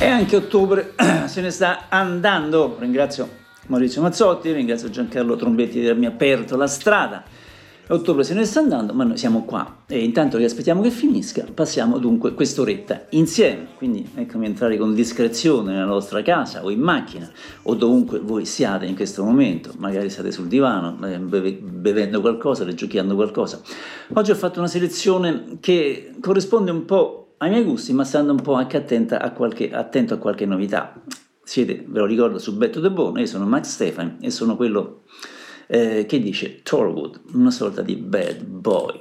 E anche ottobre se ne sta andando. Ringrazio Maurizio Mazzotti, ringrazio Giancarlo Trombetti di avermi aperto la strada. Ottobre se ne sta andando, ma noi siamo qua e intanto che aspettiamo che finisca passiamo dunque quest'oretta insieme. Quindi eccomi entrare con discrezione nella vostra casa o in macchina o dovunque voi siate in questo momento, magari state sul divano bevendo qualcosa, leggiucchiando qualcosa. Oggi ho fatto una selezione che corrisponde un po' ai miei gusti, ma stando un po' anche attento a qualche novità. Siete, ve lo ricordo, su Back to the Bone, io sono Max Stefani e sono quello che dice Thorwood, una sorta di bad boy.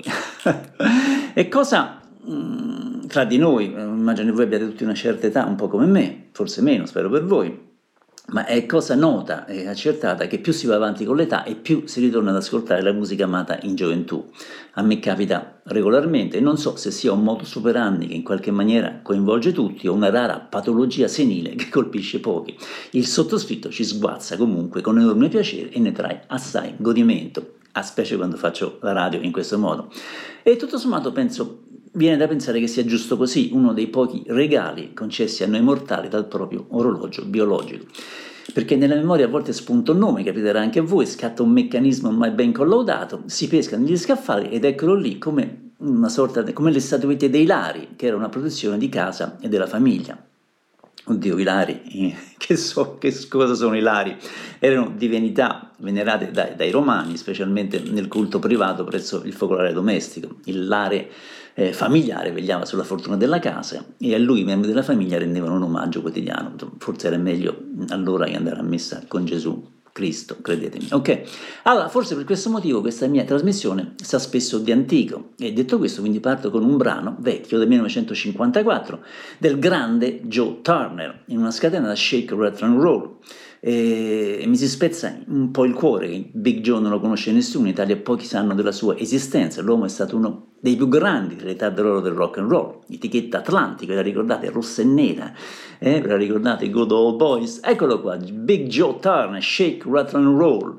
E cosa tra di noi, immagino che voi abbiate tutti una certa età, un po' come me, forse meno, spero per voi, ma è cosa nota e accertata che più si va avanti con l'età e più si ritorna ad ascoltare la musica amata in gioventù. A me capita regolarmente e non so se sia un modus operandi che in qualche maniera coinvolge tutti o una rara patologia senile che colpisce pochi. Il sottoscritto ci sguazza comunque con enorme piacere e ne trae assai godimento, a specie quando faccio la radio in questo modo. E tutto sommato viene da pensare che sia giusto così, uno dei pochi regali concessi a noi mortali dal proprio orologio biologico. Perché nella memoria a volte spunta un nome, capiterà anche a voi, scatta un meccanismo mai ben collaudato, si pesca negli scaffali ed eccolo lì come una sorta come le statuette dei Lari, che era una protezione di casa e della famiglia. Oddio, i Lari, che cosa sono i Lari? Erano divinità venerate dai romani, specialmente nel culto privato presso il focolare domestico. Il Lare familiare vegliava sulla fortuna della casa e a lui i membri della famiglia rendevano un omaggio quotidiano. Forse era meglio allora che andare a messa con Gesù Cristo, credetemi. Ok, allora forse per questo motivo questa mia trasmissione sa spesso di antico, e detto questo quindi parto con un brano vecchio del 1954 del grande Joe Turner in una scatena da Shake, Rattle and Roll. E mi si spezza un po' il cuore. Big Joe non lo conosce nessuno, in Italia pochi sanno della sua esistenza. L'uomo è stato uno dei più grandi dell'età d'oro del rock and roll, etichetta Atlantico, ve la ricordate, rossa e nera, ve la ricordate, Good Old Boys? Eccolo qua, Big Joe Turner, Shake, Rattle and Roll.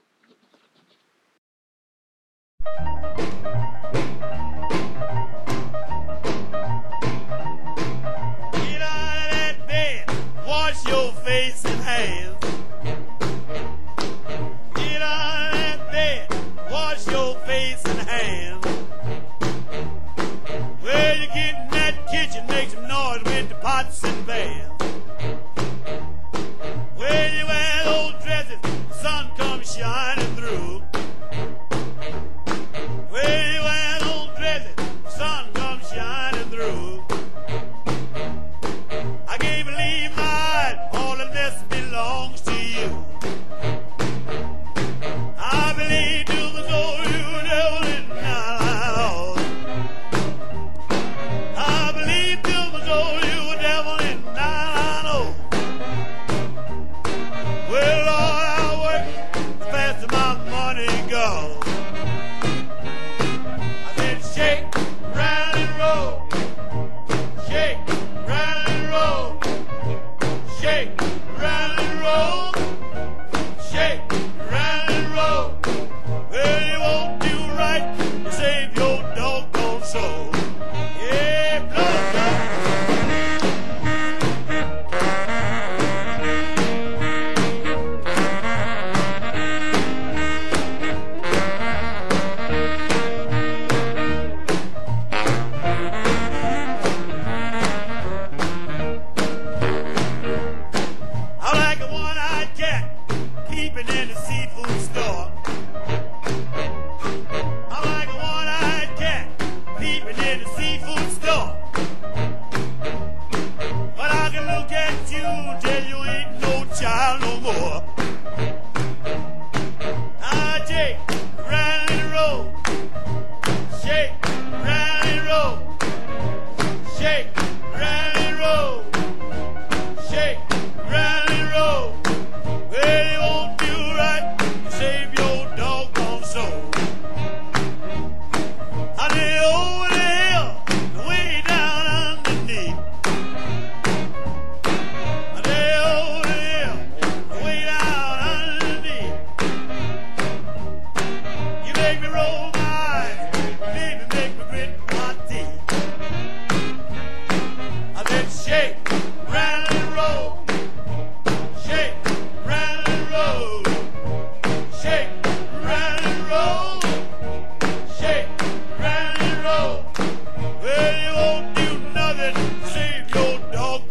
Get out of that bed, wash your face and hands. Get out of that bed, wash your face and hands. Well, you get in that kitchen, make some noise with the pots and pans. Well, you wear those dresses, the sun comes shining through. Well, you wear those dresses, the sun comes shining through. I can't believe my eyes, all of this belongs to you. I believe to the soul you devil in my life. I believe to my soul you devil in my life. Well, Lord, I work the faster my money goes. I said shake, round and roll. Shake, round and roll. Shake, round and roll. Shake, round and roll. Well, you won't do right to save your doggone soul. Yeah, blood, blood. I like a one-eyed cat peeping in the seafood store. I like a one-eyed cat peeping in the seafood store. But I can look at you till you ain't no child no more. I shake, round and roll. Shake, round and roll. Shake, round and roll. Shake, round and roll. Well, you won't do right to save your doggone soul. I did over the hill, way down underneath. I did over the hill, way down underneath. You make me roll my eyes, baby, make me grit my teeth.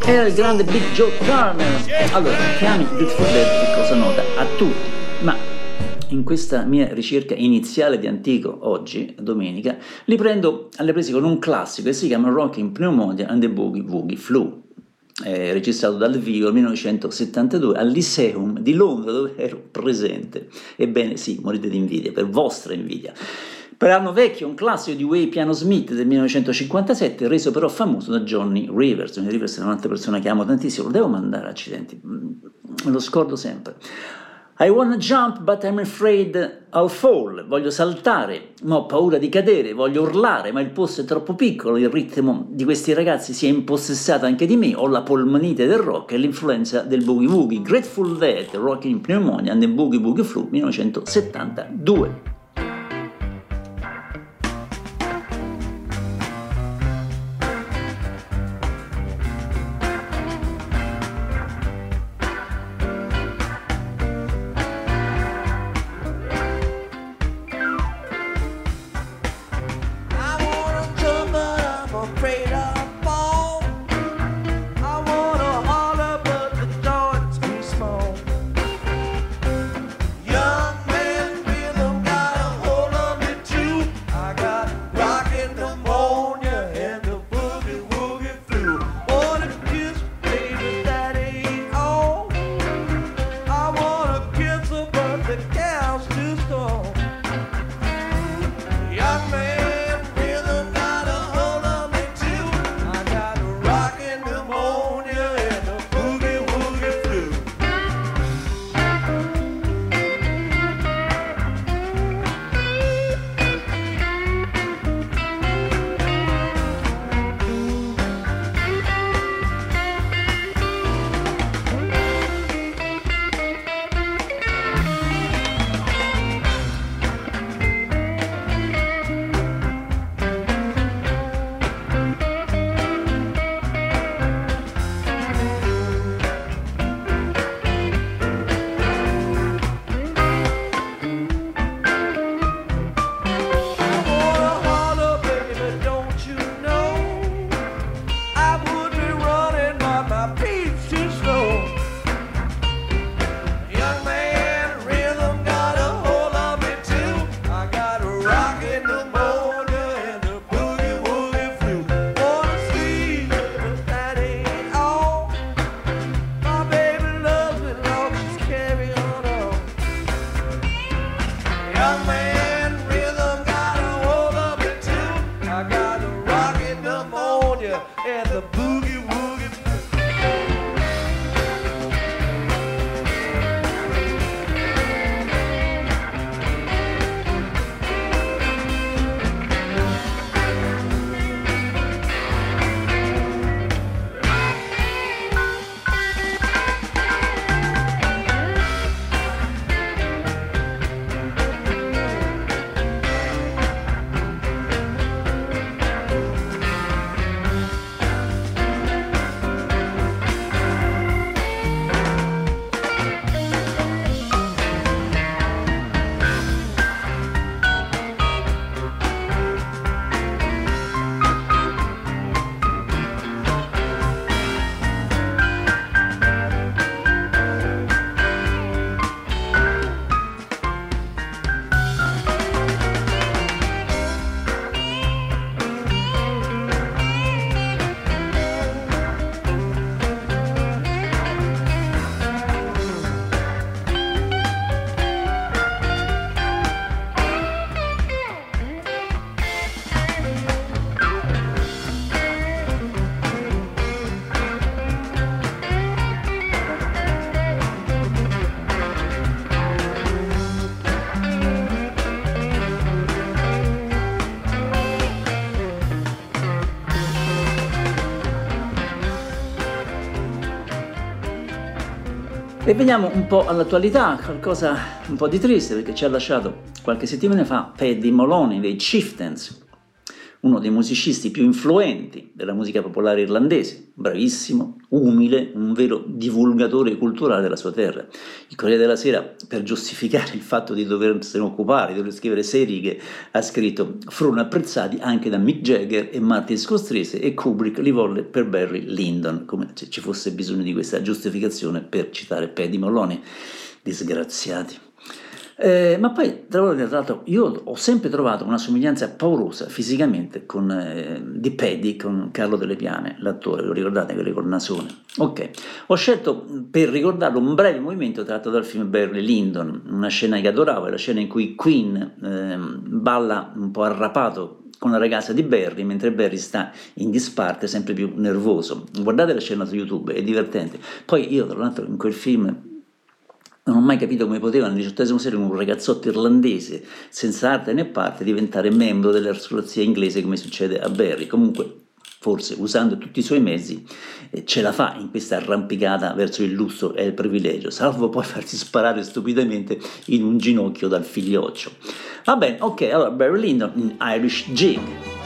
Era il grande Big Joe Turner. Allora, chiami Grateful Dead che cosa nota a tutti, ma in questa mia ricerca iniziale di antico, oggi, domenica, li prendo alle prese con un classico che si chiama Rockin' Pneumonia and the Boogie Woogie Flu, registrato dal vivo nel 1972 al Lyceum di Londra, dove ero presente. Ebbene sì, morite di invidia, per vostra invidia. Brano vecchio, un classico di Way Piano Smith del 1957, reso però famoso da Johnny Rivers. Johnny Rivers è un'altra persona che amo tantissimo, lo devo mandare, accidenti, me lo scordo sempre. I wanna jump but I'm afraid I'll fall. Voglio saltare, ma ho paura di cadere, voglio urlare, ma il posto è troppo piccolo, il ritmo di questi ragazzi si è impossessato anche di me, ho la polmonite del rock e l'influenza del boogie woogie. Grateful Dead, Rockin' Pneumonia and the Boogie Woogie Flu, 1972. E veniamo un po' all'attualità, qualcosa un po' di triste perché ci ha lasciato qualche settimana fa Paddy Moloney dei Chieftains, uno dei musicisti più influenti della musica popolare irlandese, bravissimo, umile, un vero divulgatore culturale della sua terra. Il Corriere della Sera, per giustificare il fatto di doversene occupare, di dover scrivere 6 righe, ha scritto: furono apprezzati anche da Mick Jagger e Martin Scorsese, e Kubrick li volle per Barry Lyndon, come se ci fosse bisogno di questa giustificazione per citare Paddy Moloney. Disgraziati. Ma poi, tra l'altro, io ho sempre trovato una somiglianza paurosa fisicamente di Paddy con Carlo Delle Piane, l'attore, lo ricordate, quello col nasone? Ok, ho scelto per ricordarlo un breve movimento tratto dal film Barry Lyndon, una scena che adoravo, è la scena in cui Queen balla un po' arrapato con la ragazza di Barry, mentre Barry sta in disparte, sempre più nervoso. Guardate la scena su YouTube, è divertente. Poi io, tra l'altro, in quel film non ho mai capito come poteva nel XVIII secolo un ragazzotto irlandese senza arte né parte diventare membro dell'aristocrazia inglese come succede a Barry. Comunque, forse usando tutti i suoi mezzi ce la fa in questa arrampicata verso il lusso e il privilegio, salvo poi farsi sparare stupidamente in un ginocchio dal figlioccio. Va bene, ok, allora Barry Lyndon in Irish Jig.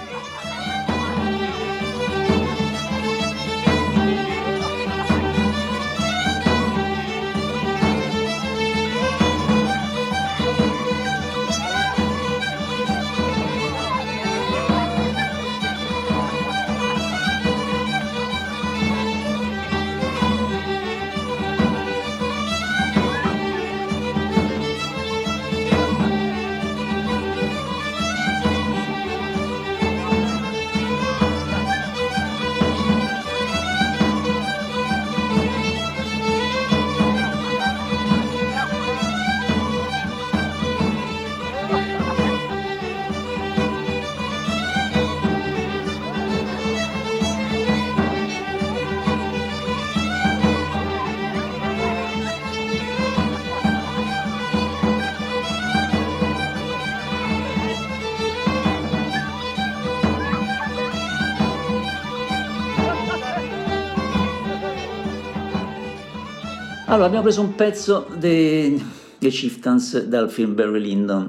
Allora, abbiamo preso un pezzo dei Chieftains dal film Barry Lyndon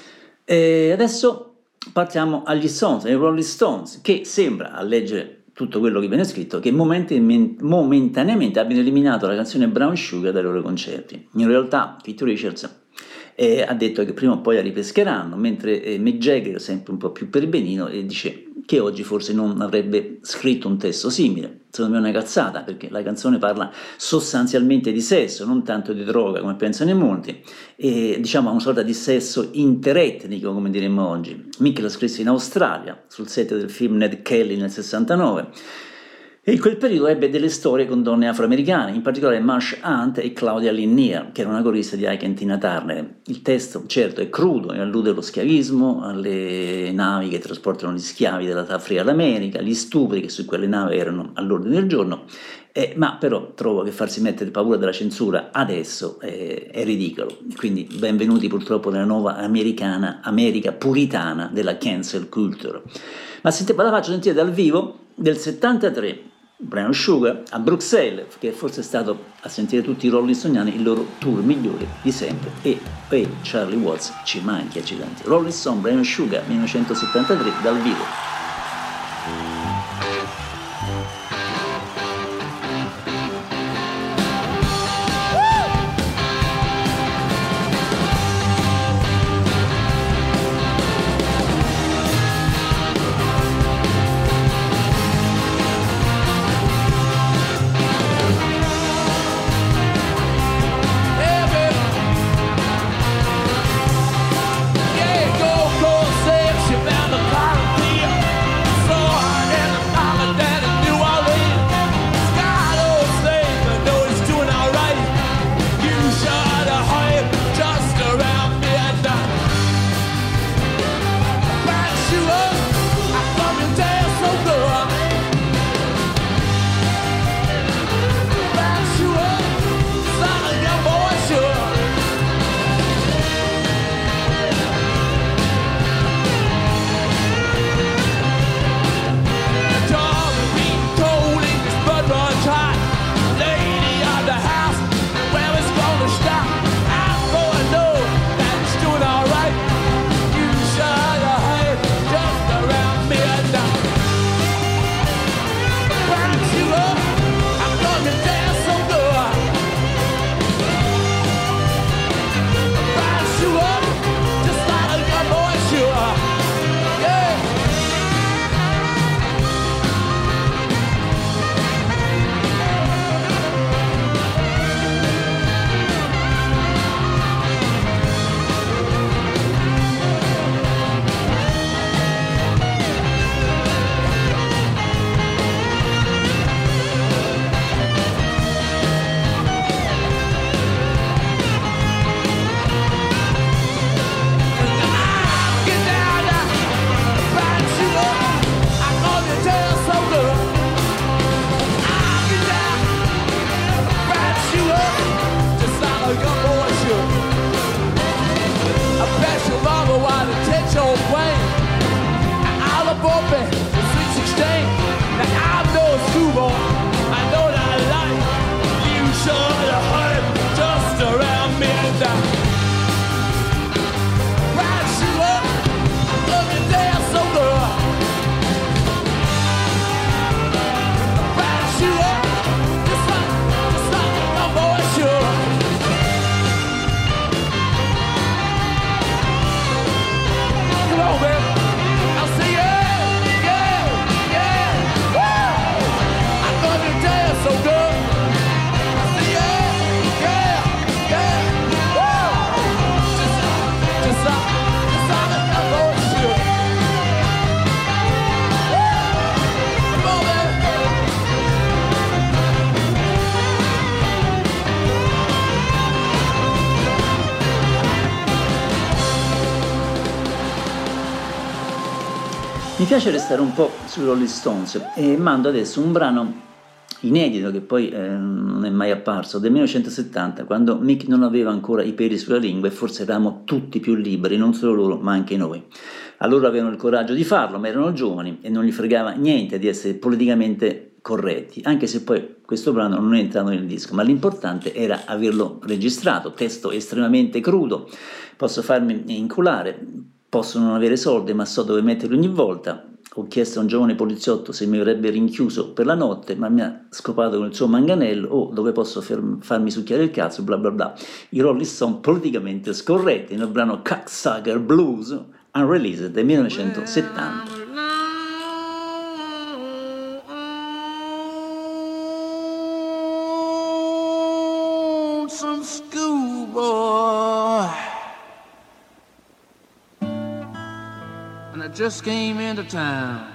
e adesso partiamo agli Stones, ai Rolling Stones, che sembra, a leggere tutto quello che viene scritto, che momentaneamente abbiano eliminato la canzone Brown Sugar dai loro concerti. In realtà Keith Richards ha detto che prima o poi la ripescheranno, mentre Mick Jagger, sempre un po' più per benino, dice che oggi forse non avrebbe scritto un testo simile. Secondo me è una cazzata, perché la canzone parla sostanzialmente di sesso, non tanto di droga come pensano in molti, e diciamo una sorta di sesso interetnico, come diremmo oggi. Mick la scrisse in Australia, sul set del film Ned Kelly nel 69, e in quel periodo ebbe delle storie con donne afroamericane, in particolare Marsh Hunt e Claudia Linnea, che era una corista di Ike e Tina Turner. Il testo, certo, è crudo e allude allo schiavismo, alle navi che trasportano gli schiavi dall'Africa all'America, gli stupri che su quelle navi erano all'ordine del giorno, ma però trovo che farsi mettere paura della censura adesso è ridicolo. Quindi benvenuti purtroppo nella nuova America puritana della cancel culture. Ma ve la faccio sentire dal vivo del 73, Brown Sugar a Bruxelles, che è forse stato, a sentire tutti i Rolling Stoniani, il loro tour migliore di sempre, e Charlie Watts ci manchi, accidenti. Rolling Stone, Brown Sugar 1973 dal vivo. Yeah, go, go, sex, you found a car. Mi piace restare un po' sui Rolling Stones e mando adesso un brano inedito che poi non è mai apparso, del 1970, quando Mick non aveva ancora i peli sulla lingua e forse eravamo tutti più liberi, non solo loro ma anche noi. Allora avevano il coraggio di farlo, ma erano giovani e non gli fregava niente di essere politicamente corretti, anche se poi questo brano non è entrato nel disco, ma l'importante era averlo registrato, testo estremamente crudo, posso farmi inculare, posso non avere soldi ma so dove metterli ogni volta. Ho chiesto a un giovane poliziotto se mi avrebbe rinchiuso per la notte, ma mi ha scopato con il suo manganello, o dove posso farmi succhiare il cazzo, bla bla bla. I Rolling Stone politicamente scorretti nel brano Cocksucker Blues, unreleased del 1970. Some schoolboy, and I just came into town.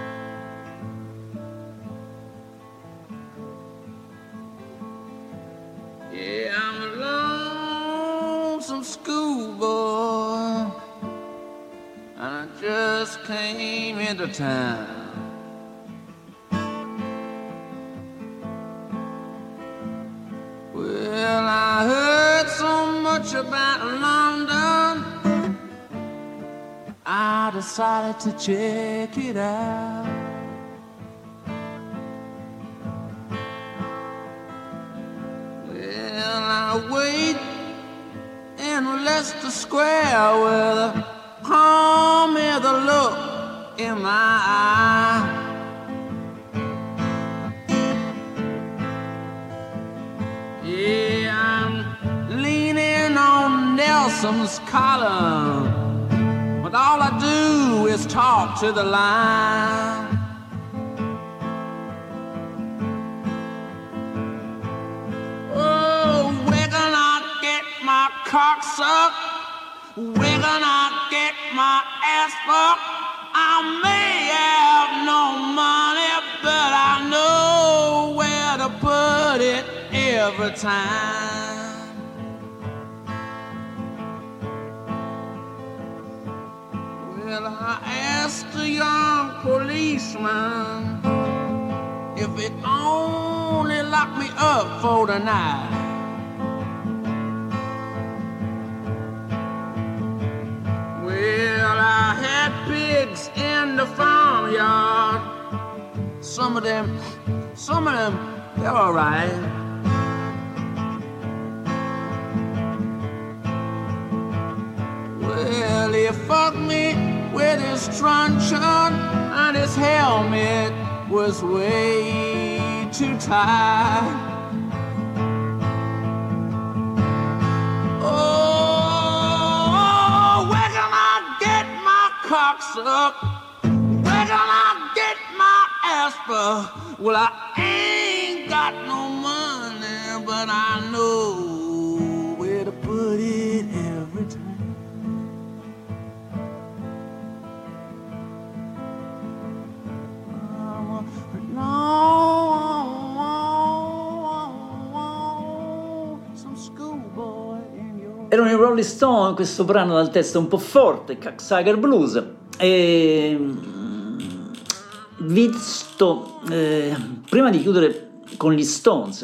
Yeah, I'm a lonesome schoolboy, and I just came into town. Well, I heard so much about London, I decided to check it out. Well, I wait in Leicester Square with a calm and the look in my eye. Yeah, I'm leaning on Nelson's column, but all I do is talk to the line. Oh, where can I get my cock sucked? Where can I get my ass fucked? I may have no money, but I know where to put it every time. Well, I asked a young policeman if it only locked me up for the night. Well, I had pigs in the farmyard. Some of them, they're all right. Well, he fucked me with his truncheon, and his helmet was way too tight. Oh, where can I get my cock sucked? Where can I get my ass fucked? Well, I ain't got no money, but I know where to put it every time. Erano i Rolling Stone, questo brano dal testo un po' forte, Cocksucker Blues, e visto, prima di chiudere con gli Stones,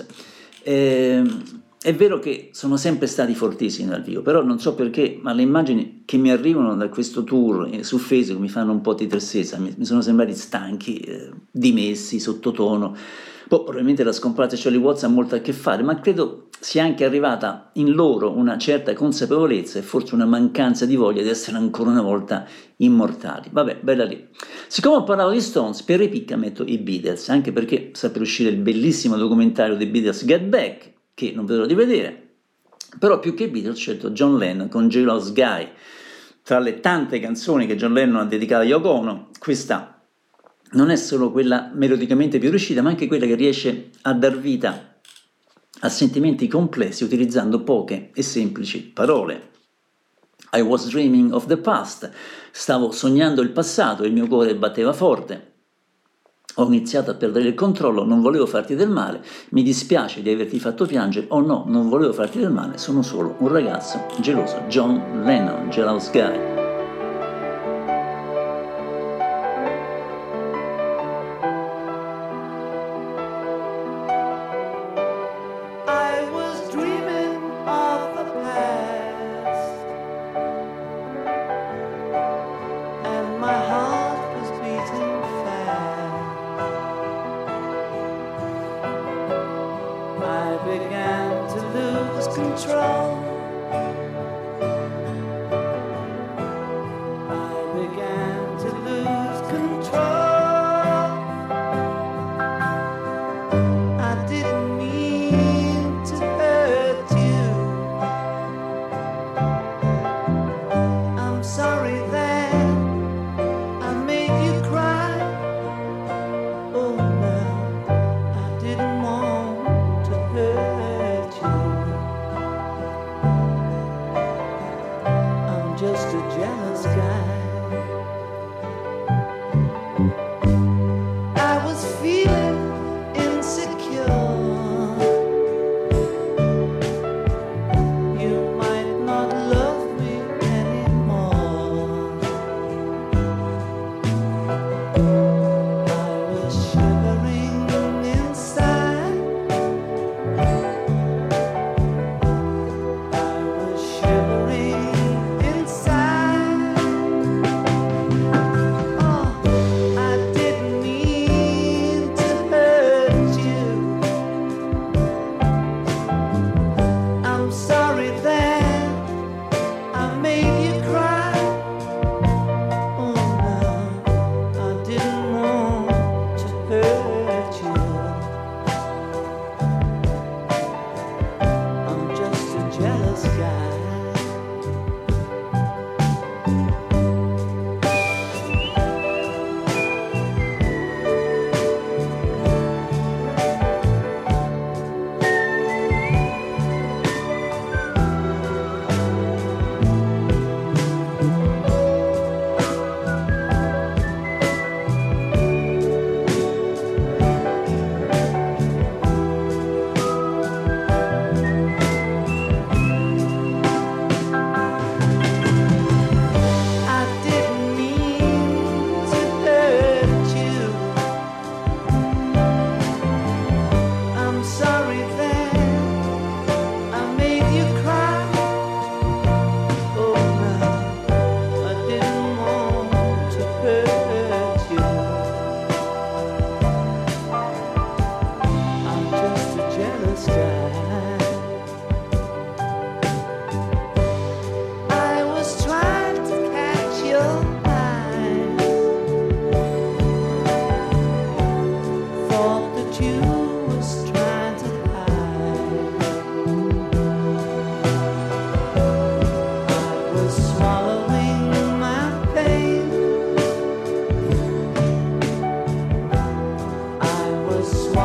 è vero che sono sempre stati fortissimi dal vivo, però non so perché, ma le immagini che mi arrivano da questo tour su Facebook mi fanno un po' di tristezza, mi sono sembrati stanchi, dimessi, sottotono. Probabilmente la scomparsa di Charlie Watts ha molto a che fare, ma credo sia anche arrivata in loro una certa consapevolezza e forse una mancanza di voglia di essere ancora una volta immortali. Vabbè, bella lì. Siccome ho parlato di Stones, per ripicca metto i Beatles, anche perché sta per uscire il bellissimo documentario dei Beatles Get Back, che non vedo di vedere, però più che i Beatles ho scelto John Lennon con Jealous Guy. Tra le tante canzoni che John Lennon ha dedicato a Yoko Ono, questa non è solo quella melodicamente più riuscita, ma anche quella che riesce a dar vita a sentimenti complessi utilizzando poche e semplici parole. I was dreaming of the past, stavo sognando il passato, il mio cuore batteva forte. Ho iniziato a perdere il controllo, non volevo farti del male, mi dispiace di averti fatto piangere, oh no, non volevo farti del male, sono solo un ragazzo geloso. John Lennon, Jealous Guy.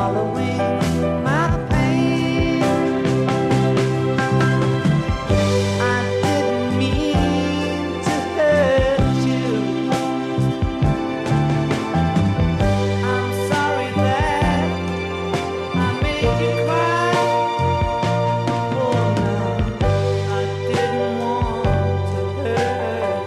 swallowing my pain. I didn't mean to hurt you. I'm sorry that I made you cry. Oh no, I didn't want to hurt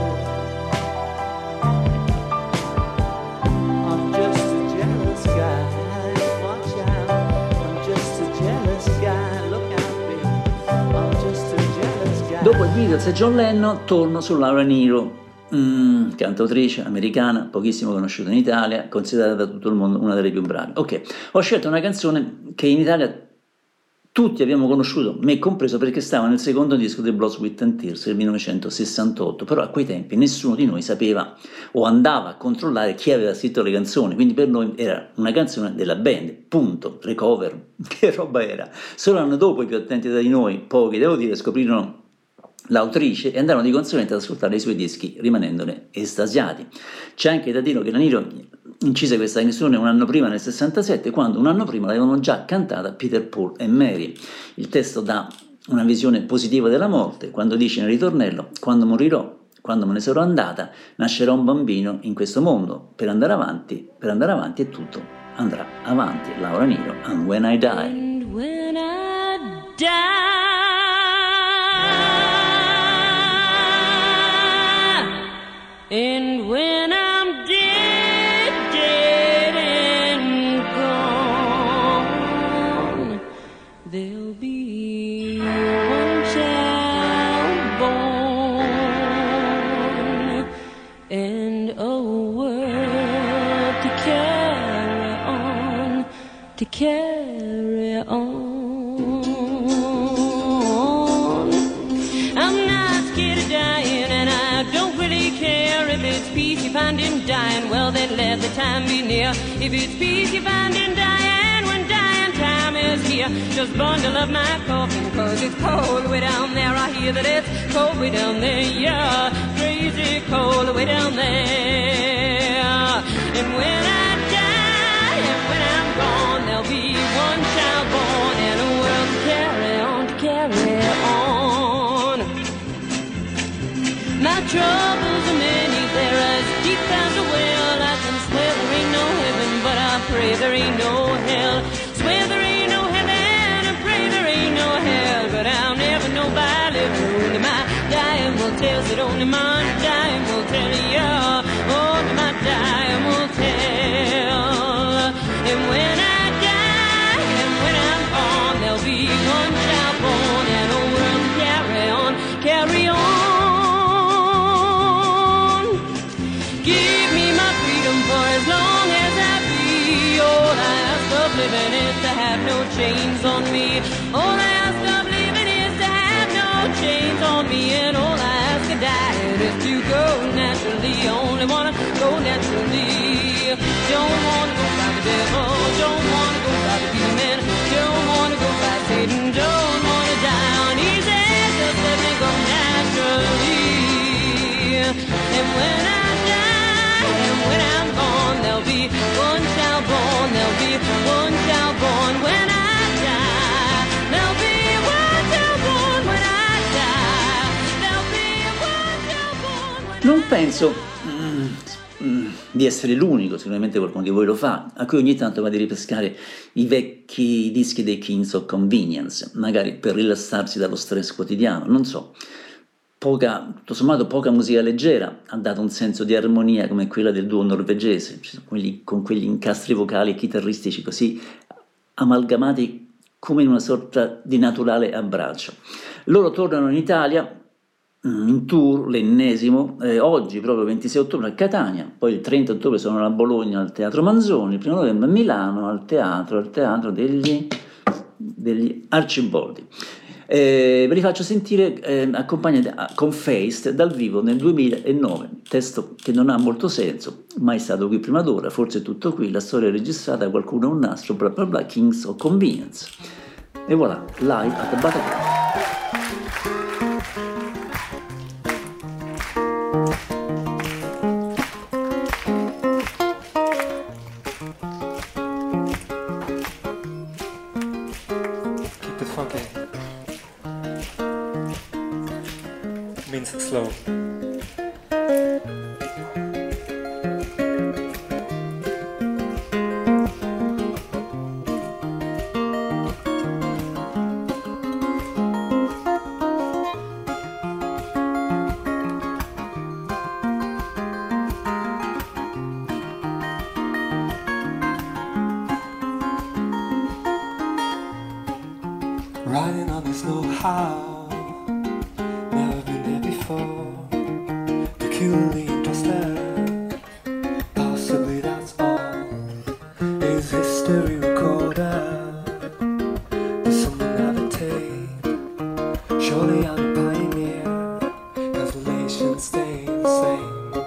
you. I'm just a jealous guy. Watch out, I'm just a jealous guy. Look out, baby, I'm just a jealous guy. Dopo i Beatles e John Lennon torno su Laura Nyro, cantautrice americana, pochissimo conosciuta in Italia, considerata da tutto il mondo una delle più brave. Ok, ho scelto una canzone che in Italia tutti abbiamo conosciuto, me compreso, perché stava nel secondo disco dei Blood, Sweat and Tears del 1968, però a quei tempi nessuno di noi sapeva o andava a controllare chi aveva scritto le canzoni, quindi per noi era una canzone della band, punto, recover, che roba era. Solo l'anno dopo i più attenti da di noi, pochi devo dire, scoprirono l'autrice e andarono di conseguenza ad ascoltare i suoi dischi rimanendone estasiati. C'è anche da dire che la Nyro incise questa canzone un anno prima, nel 67, quando un anno prima l'avevano già cantata Peter, Paul e Mary. Il testo dà una visione positiva della morte, quando dice nel ritornello: quando morirò, quando me ne sarò andata, nascerà un bambino in questo mondo, per andare avanti e tutto andrà avanti. Laura Nyro, And When I Die. And when I die, and when I'm dead, dead and gone, there'll be one child born and a world to carry on, to carry on. I'm not scared of dying, and I don't really care if it's peace you find in dying. Well, then let the time be near. If it's peace you find in dying, when dying time is here, just bundle up my coffin, 'cause it's cold way down there. I hear that it's cold way down there, yeah, crazy cold way down there. And when I die, and when I'm gone, there'll be one child born and a world to carry on, to carry on. My troubles are many, they're as deep as a well. I can swear there ain't no heaven, but I pray there ain't no hell. Swear there ain't no heaven, and pray there ain't no hell. But I'll never know by living, only my dying will tell. Said only my dying will tell, yeah, only my dying will tell. And when I die, and when I'm gone, there'll be one child born and a world to carry on, carry on. Give me my freedom for as long as I be. All I ask of living is to have no chains on me. All I ask of living is to have no chains on me. And all I ask of dying is to go naturally. Only wanna go naturally. Don't wanna go by the devil. Don't wanna go by the demon. Don't wanna go by Satan. Don't wanna die on easy. Just let me go naturally. And when I and when I'm gone, there'll be one child born, there'll be one child born. When I die, there'll be one child born. When I die, there'll be one child born. Non penso di essere l'unico, sicuramente qualcuno di voi lo fa, a cui ogni tanto va di ripescare i vecchi dischi dei Kings of Convenience, magari per rilassarsi dallo stress quotidiano, non so. Tutto sommato poca musica leggera ha dato un senso di armonia come quella del duo norvegese, con quegli incastri vocali e chitarristici così amalgamati come in una sorta di naturale abbraccio. Loro tornano in Italia in tour, l'ennesimo, oggi proprio 26 ottobre a Catania, poi il 30 ottobre sono a Bologna al Teatro Manzoni, il 1 novembre a Milano al teatro degli Arciboldi. Ve li faccio sentire accompagnati con Faced dal vivo nel 2009, testo che non ha molto senso, mai stato qui prima d'ora, forse è tutto qui, la storia è registrata, qualcuno ha un nastro, bla bla bla, Kings of Convenience. E voilà, live at the Bataclan. begins slow. Riding on this know-how, never been there before. Peculiarly interested, possibly that's all. Is history recorded? Does someone have a tape? Surely I'm a pioneer, cause relations stay the same.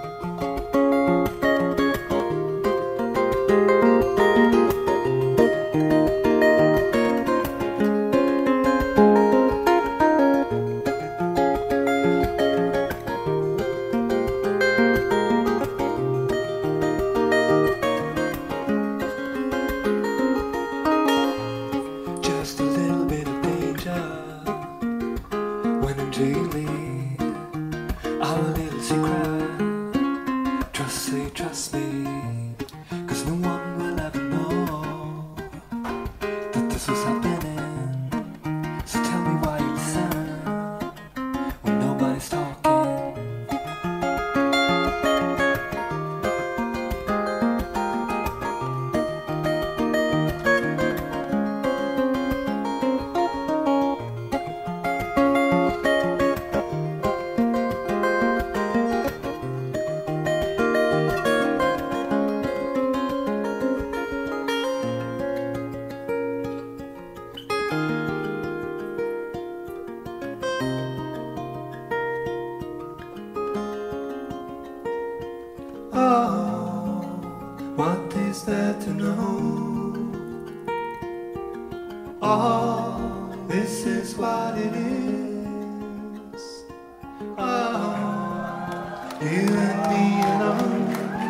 Just a little bit of danger when I'm daily. Our little secret, trust me, cause no one will ever know that this was happening. So tell me why you listen when nobody's talking. Oh, what is there to know? Oh, this is what it is. Oh, you and me alone.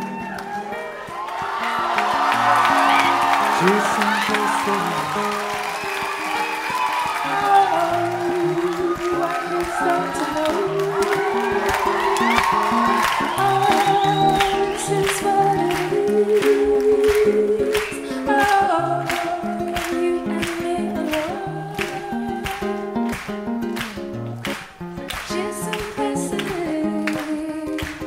Just some place to be. Oh, what is there to know? This is what it is. Oh, you and me alone. She's so fascinating.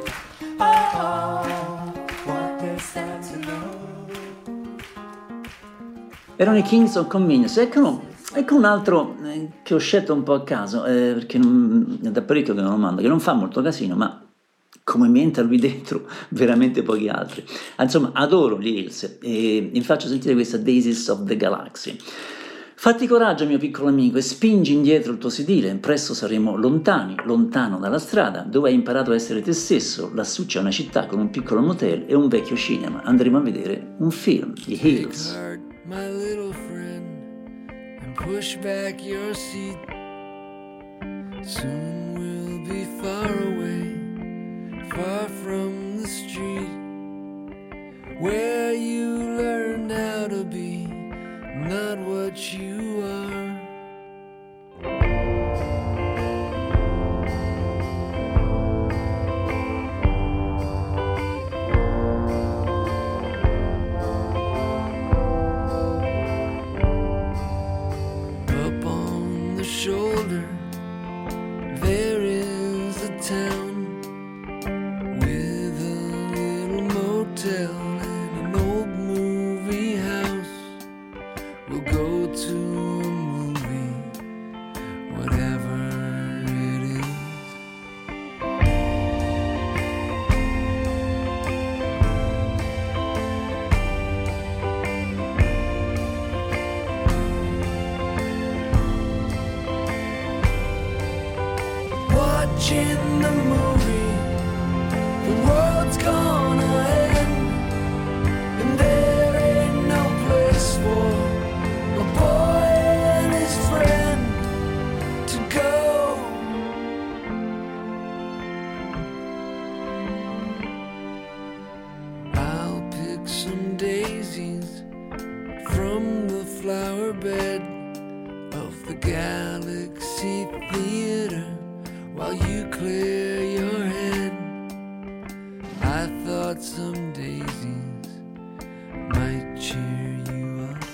Oh, what is there to know? Erano i Kings of Convenience. Ecco un altro che ho scelto un po' a caso, perché è da parecchio che non lo mando, che non fa molto casino, ma come mi entra lui dentro veramente pochi altri. Insomma, adoro gli Hills e vi faccio sentire questa Daisies of the Galaxy. Fatti coraggio, mio piccolo amico, e spingi indietro il tuo sedile, presto saremo lontano dalla strada, dove hai imparato a essere te stesso. Lassù c'è una città con un piccolo motel e un vecchio cinema. Andremo a vedere un film, gli Hills. Take heart, my little friend, and push back your seat. Soon we'll be far away, far from the street, where you learn how to be not what you are. Up on the shoulder, there is a town with a little motel and an old movie house. We'll go to a movie, whatever it is. Watching the movie, the world's gonna end, and there ain't no place for a boy and his friend to go. I'll pick some daisies from the flower bed of the Galaxy Theater, while you clear your head. I thought some daisies might cheer you up.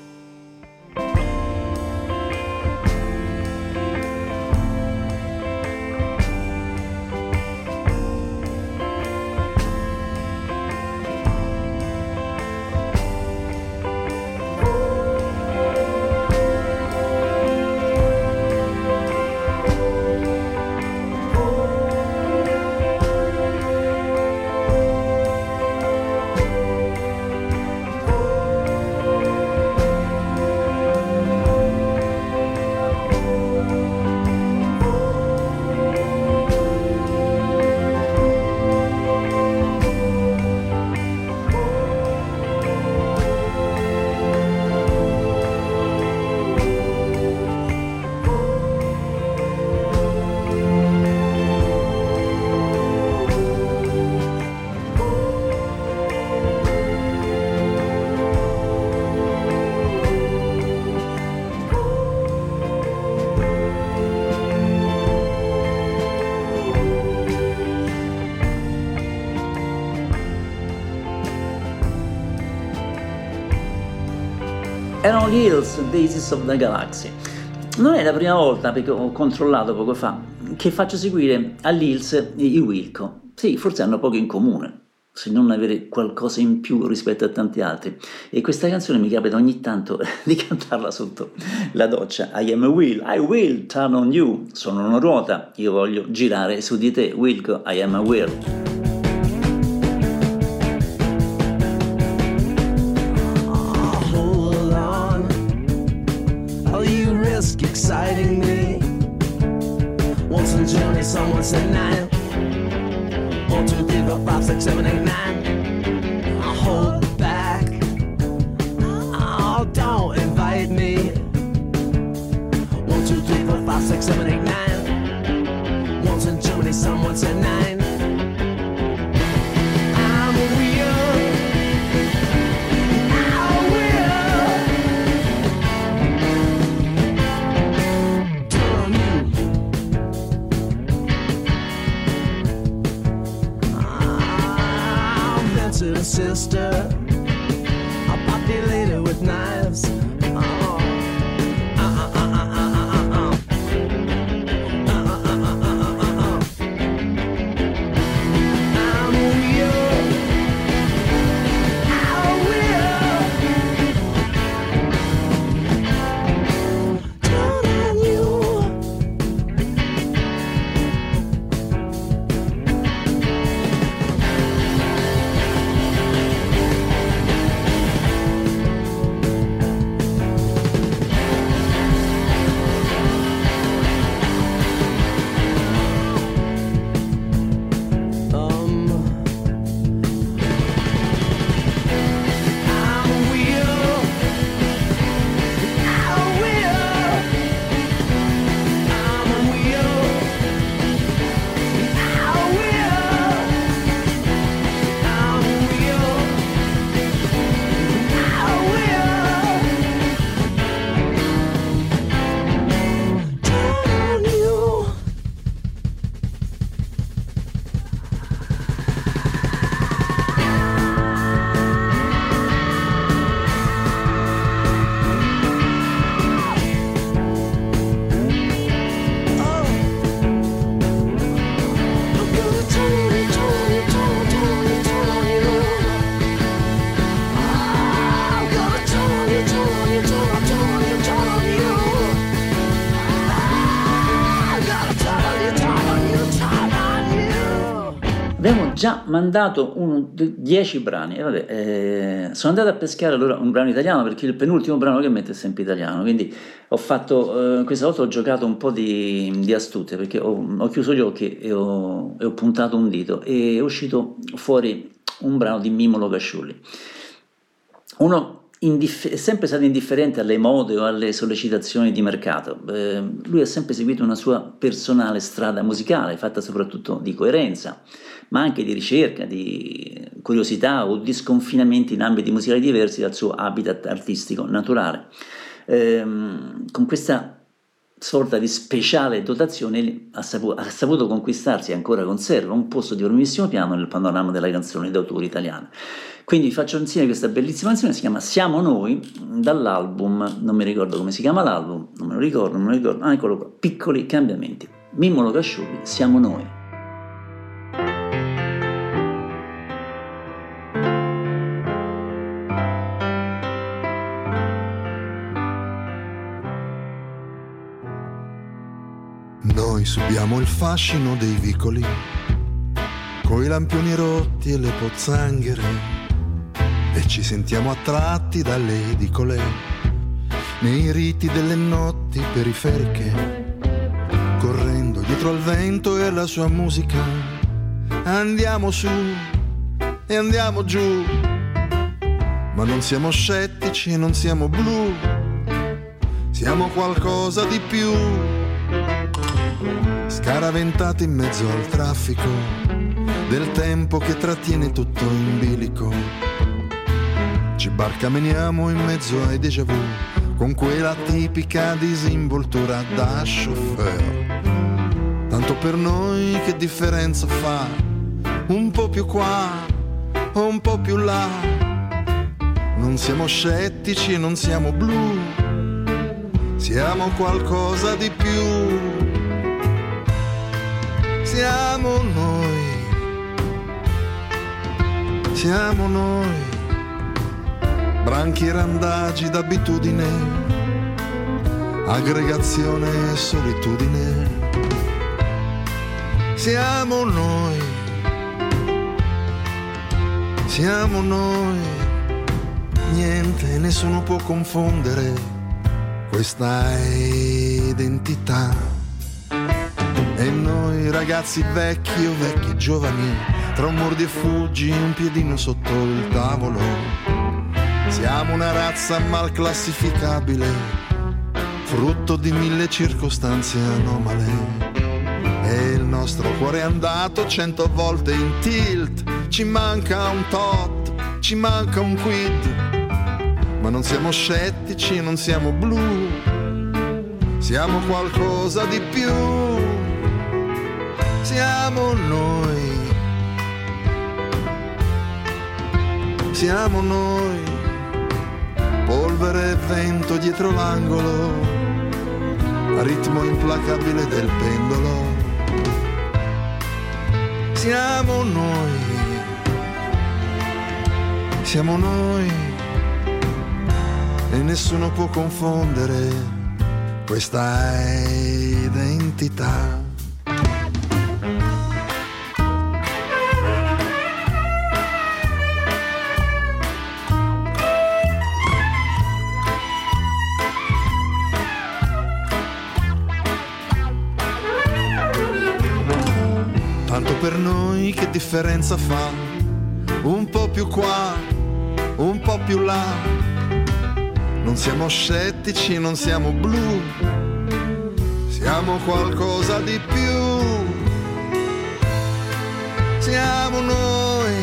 Erano gli Hills, Daisies of the Galaxy. Non è la prima volta, perché ho controllato poco fa, che faccio seguire agli Hills i Wilco. Sì, forse hanno poco in comune, se non avere qualcosa in più rispetto a tanti altri. E questa canzone mi capita ogni tanto di cantarla sotto la doccia. I am a wheel, I will turn on you. Sono una ruota, io voglio girare su di te. Wilco, I am a wheel. Exciting me. Once in Germany, someone said 9. 1, 2, 3, 4, 5, 6, 7, 8, 9. I'll hold back. Oh, don't invite me. 1, 2, 3, 4, 5, 6, 7, 8, 9. Once in Germany, someone said 9. I'm a wheel. Sister, I'll populate it with knives. Abbiamo già mandato 10 brani e sono andato a pescare allora un brano italiano, perché il penultimo brano che metto è sempre italiano, quindi ho fatto, questa volta ho giocato un po' di astuzia, perché ho chiuso gli occhi e ho puntato un dito e è uscito fuori un brano di Mimmo Locasciulli. Uno è sempre stato indifferente alle mode o alle sollecitazioni di mercato. Lui ha sempre seguito una sua personale strada musicale, fatta soprattutto di coerenza, ma anche di ricerca, di curiosità o di sconfinamenti in ambiti musicali diversi dal suo habitat artistico naturale. Con questa sorta di speciale dotazione ha saputo conquistarsi e ancora conserva un posto di primissimo piano nel panorama della canzone d'autore italiana. Quindi vi faccio insieme questa bellissima canzone, si chiama Siamo Noi, dall'album, non mi ricordo come si chiama l'album, non me lo ricordo, eccolo qua, Piccoli Cambiamenti, Mimmo Locasciulli, Siamo Noi. Noi subiamo il fascino dei vicoli, coi lampioni rotti e le pozzanghere, e ci sentiamo attratti dalle edicole, nei riti delle notti periferiche, correndo dietro al vento e alla sua musica. Andiamo su e andiamo giù, ma non siamo scettici e non siamo blu, siamo qualcosa di più. Scaraventati in mezzo al traffico del tempo che trattiene tutto in bilico, ci barcameniamo in mezzo ai déjà vu con quella tipica disinvoltura da chauffeur. Tanto per noi che differenza fa, un po' più qua o un po' più là, non siamo scettici e non siamo blu, siamo qualcosa di più. Siamo noi, branchi randagi d'abitudine, aggregazione e solitudine. Siamo noi, niente, nessuno può confondere questa identità. E noi ragazzi vecchi o vecchi giovani, tra un mordi e fuggi, un piedino sotto il tavolo, siamo una razza mal classificabile, frutto di 1000 circostanze anomale. E il nostro cuore è andato 100 volte in tilt, ci manca un tot, ci manca un quid, ma non siamo scettici e non siamo blu, siamo qualcosa di più. Siamo noi, polvere e vento dietro l'angolo, ritmo implacabile del pendolo. Siamo noi, e nessuno può confondere questa identità. Tanto per noi che differenza fa, un po' più qua, un po' più là, non siamo scettici, non siamo blu, siamo qualcosa di più. Siamo noi.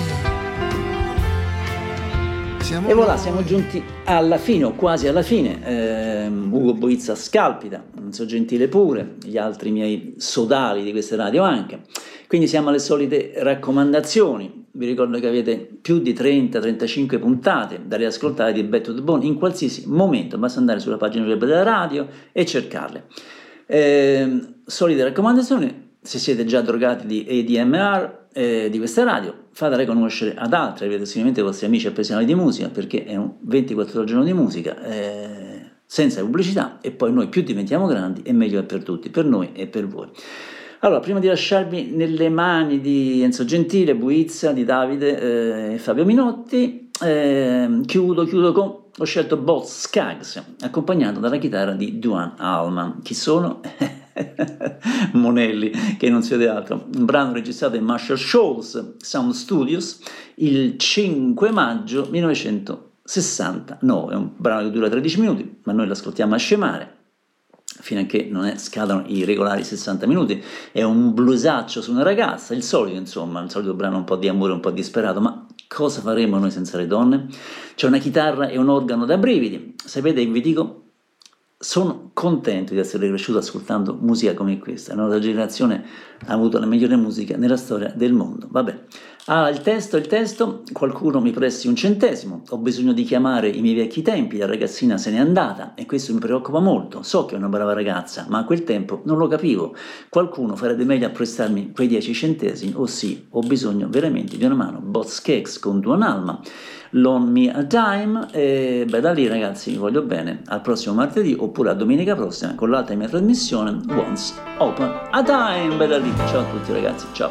E voilà, siamo giunti alla fine, o quasi alla fine. Ugo Boizza scalpita, Enzo Gentile pure, gli altri miei sodali di queste radio anche. Quindi siamo alle solite raccomandazioni. Vi ricordo che avete più di 30-35 puntate da riascoltare di Back to the Bone in qualsiasi momento, basta andare sulla pagina web della radio e cercarle. Solite raccomandazioni: se siete già drogati di ADMR di questa radio, fatela conoscere ad altri, avete sicuramente i vostri amici appassionati di musica, perché è un 24 ore al giorno di musica, senza pubblicità, e poi noi più diventiamo grandi e meglio è per tutti, per noi e per voi. Allora, prima di lasciarvi nelle mani di Enzo Gentile, Buizza, di Davide e Fabio Minotti, chiudo con, ho scelto Boz Scaggs, accompagnato dalla chitarra di Duane Allman. Chi sono? Monelli, che non si vede altro. Un brano registrato in Marshall Shoals Sound Studios il 5 maggio 1969. È un brano che dura 13 minuti, ma noi lo ascoltiamo a scemare fino a che non scadano i regolari 60 minuti. È un bluesaccio su una ragazza, il solito, insomma, il solito brano un po' di amore, un po' disperato. Ma cosa faremo noi senza le donne? C'è una chitarra e un organo da brividi. Sapete, vi dico, sono contento di essere cresciuto ascoltando musica come questa. La nostra generazione ha avuto la migliore musica nella storia del mondo. Vabbè. Il testo, qualcuno mi presti un centesimo, ho bisogno di chiamare i miei vecchi tempi, la ragazzina se n'è andata e questo mi preoccupa molto, so che è una brava ragazza, ma a quel tempo non lo capivo, qualcuno farebbe meglio a prestarmi quei 10 centesimi, o sì, ho bisogno veramente di una mano, Boz Cakes con Duon Alma, Loan Me a Dime, e beh, da lì ragazzi vi voglio bene, al prossimo martedì oppure a domenica prossima con l'altra mia trasmissione, Once Open a Dime, beh, da lì, ciao a tutti ragazzi, ciao.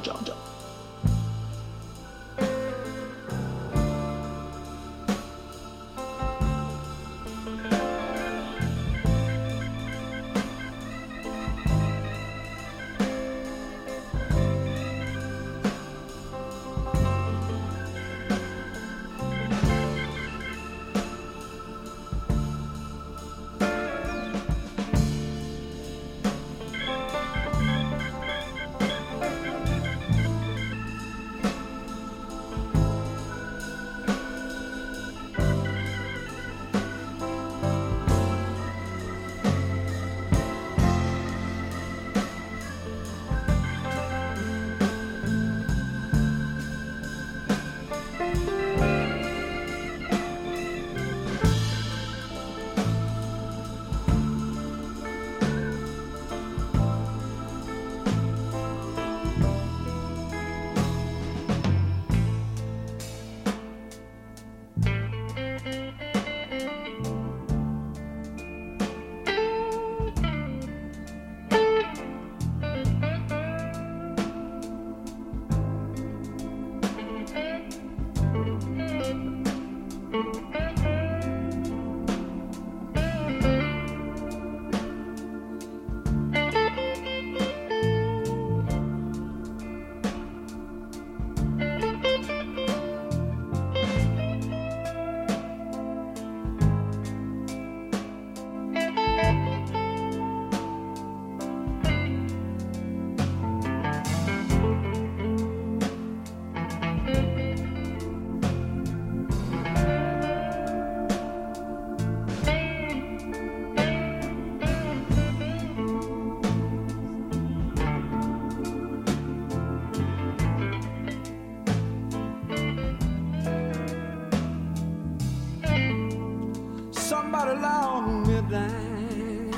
Somebody loan me a dime.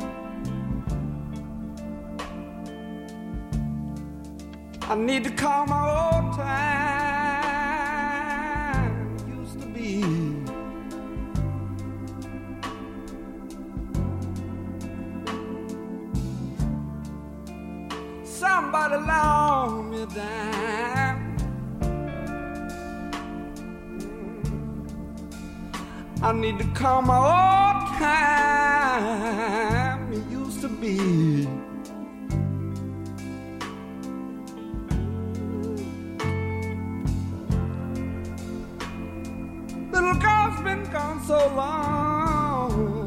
I need to call my old time used to be. Somebody loan me a dime. I need to call my old time it used to be. Little girl's been gone so long,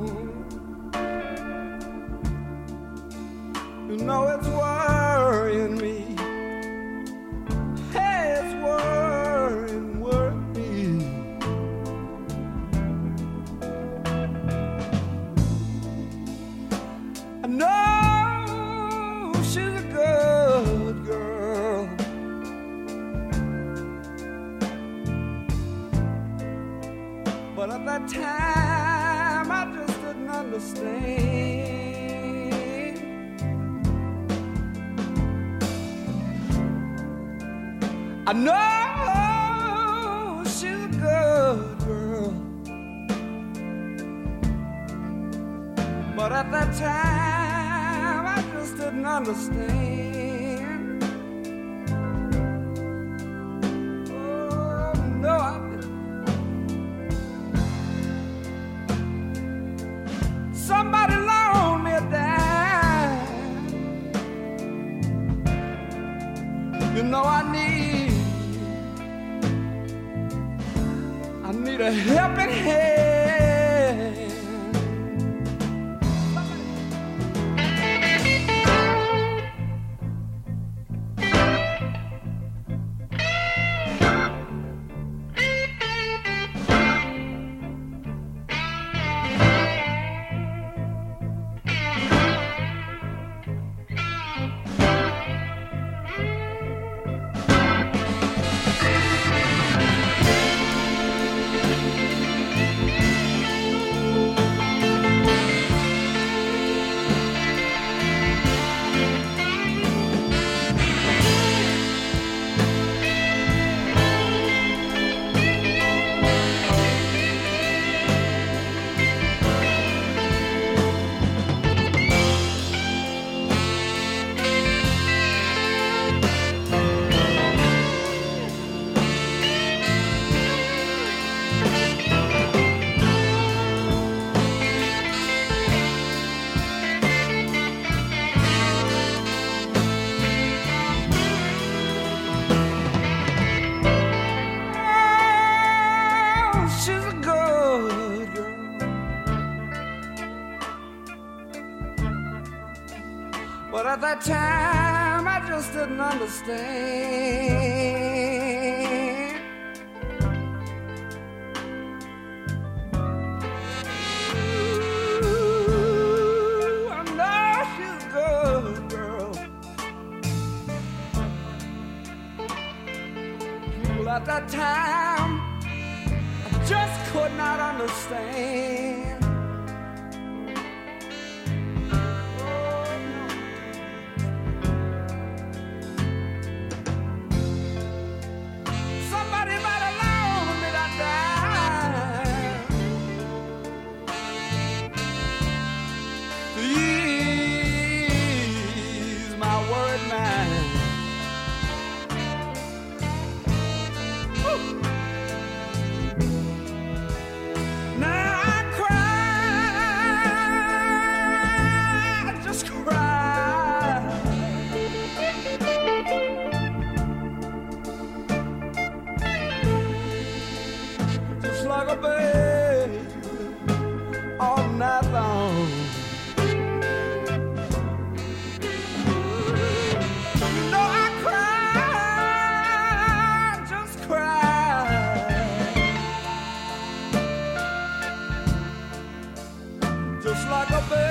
you know it's worrying me. Hey, it's worrying me. I know she's a good girl, but at that time I just didn't understand. I know she's a good girl, but at that time I just didn't understand. Oh, no, I didn't. Somebody loan me a dime. You know I need a helping hand. But at that time I just didn't understand. Ooh, I know she's good, girl. Well, at that time I just could not understand. Just like a baby.